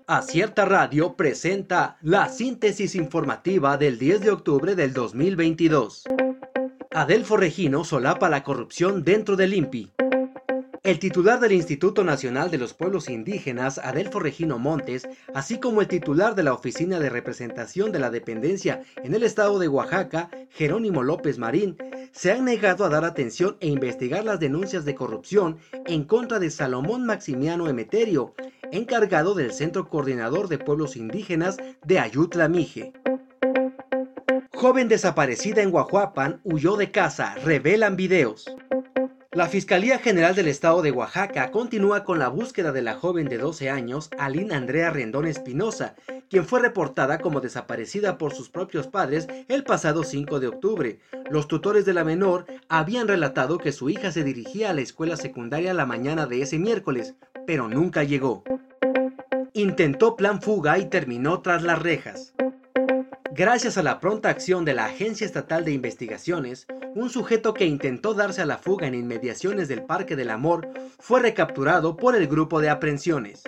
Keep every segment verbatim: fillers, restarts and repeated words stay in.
Acierta Radio presenta la síntesis informativa del diez de octubre del dos mil veintidós. Adelfo Regino solapa la corrupción dentro del I N P I. El titular del Instituto Nacional de los Pueblos Indígenas, Adelfo Regino Montes, así como el titular de la Oficina de Representación de la Dependencia en el estado de Oaxaca, Jerónimo López Marín, se han negado a dar atención e investigar las denuncias de corrupción en contra de Salomón Maximiano Emeterio, encargado del Centro Coordinador de Pueblos Indígenas de Ayutla Mije. Joven desaparecida en Huajuapan huyó de casa, revelan videos. La Fiscalía General del Estado de Oaxaca continúa con la búsqueda de la joven de doce años, Aline Andrea Rendón Espinosa, quien fue reportada como desaparecida por sus propios padres el pasado cinco de octubre. Los tutores de la menor habían relatado que su hija se dirigía a la escuela secundaria la mañana de ese miércoles, pero nunca llegó. Intentó plan fuga y terminó tras las rejas. Gracias a la pronta acción de la Agencia Estatal de Investigaciones, un sujeto que intentó darse a la fuga en inmediaciones del Parque del Amor fue recapturado por el grupo de aprehensiones.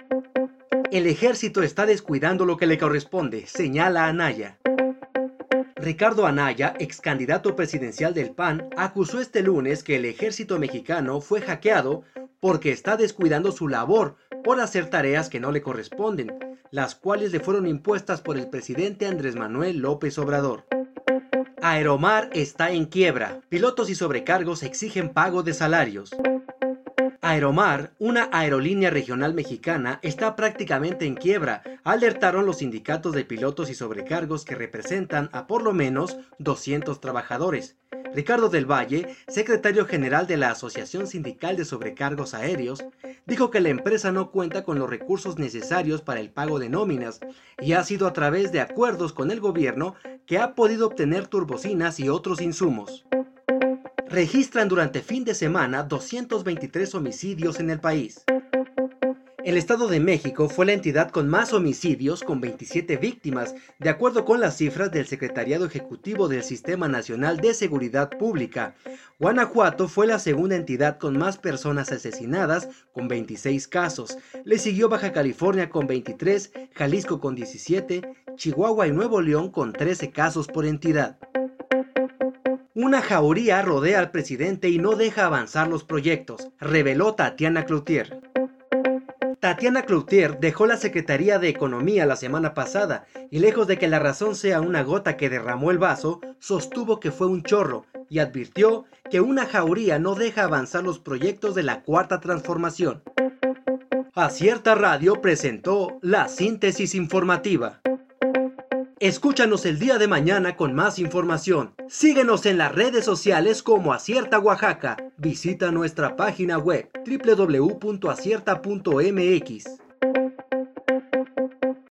El ejército está descuidando lo que le corresponde, señala Anaya. Ricardo Anaya, ex candidato presidencial del P A N, acusó este lunes que el ejército mexicano fue hackeado porque está descuidando su labor por hacer tareas que no le corresponden, las cuales le fueron impuestas por el presidente Andrés Manuel López Obrador. Aeromar está en quiebra. Pilotos y sobrecargos exigen pago de salarios. Aeromar, una aerolínea regional mexicana, está prácticamente en quiebra, alertaron los sindicatos de pilotos y sobrecargos que representan a por lo menos doscientos trabajadores. Ricardo del Valle, secretario general de la Asociación Sindical de Sobrecargos Aéreos, dijo que la empresa no cuenta con los recursos necesarios para el pago de nóminas y ha sido a través de acuerdos con el gobierno que ha podido obtener turbocinas y otros insumos. Registran durante fin de semana doscientos veintitrés homicidios en el país. El Estado de México fue la entidad con más homicidios, con veintisiete víctimas, de acuerdo con las cifras del Secretariado Ejecutivo del Sistema Nacional de Seguridad Pública. Guanajuato fue la segunda entidad con más personas asesinadas, con veintiséis casos. Le siguió Baja California con veintitrés, Jalisco con diecisiete, Chihuahua y Nuevo León con trece casos por entidad. Una jauría rodea al presidente y no deja avanzar los proyectos, reveló Tatiana Cloutier. Tatiana Cloutier dejó la Secretaría de Economía la semana pasada y lejos de que la razón sea una gota que derramó el vaso, sostuvo que fue un chorro y advirtió que una jauría no deja avanzar los proyectos de la Cuarta Transformación. Acierta Radio presentó la síntesis informativa. Escúchanos el día de mañana con más información. Síguenos en las redes sociales como Acierta Oaxaca. Visita nuestra página web doble u doble u doble u punto acierta punto m x.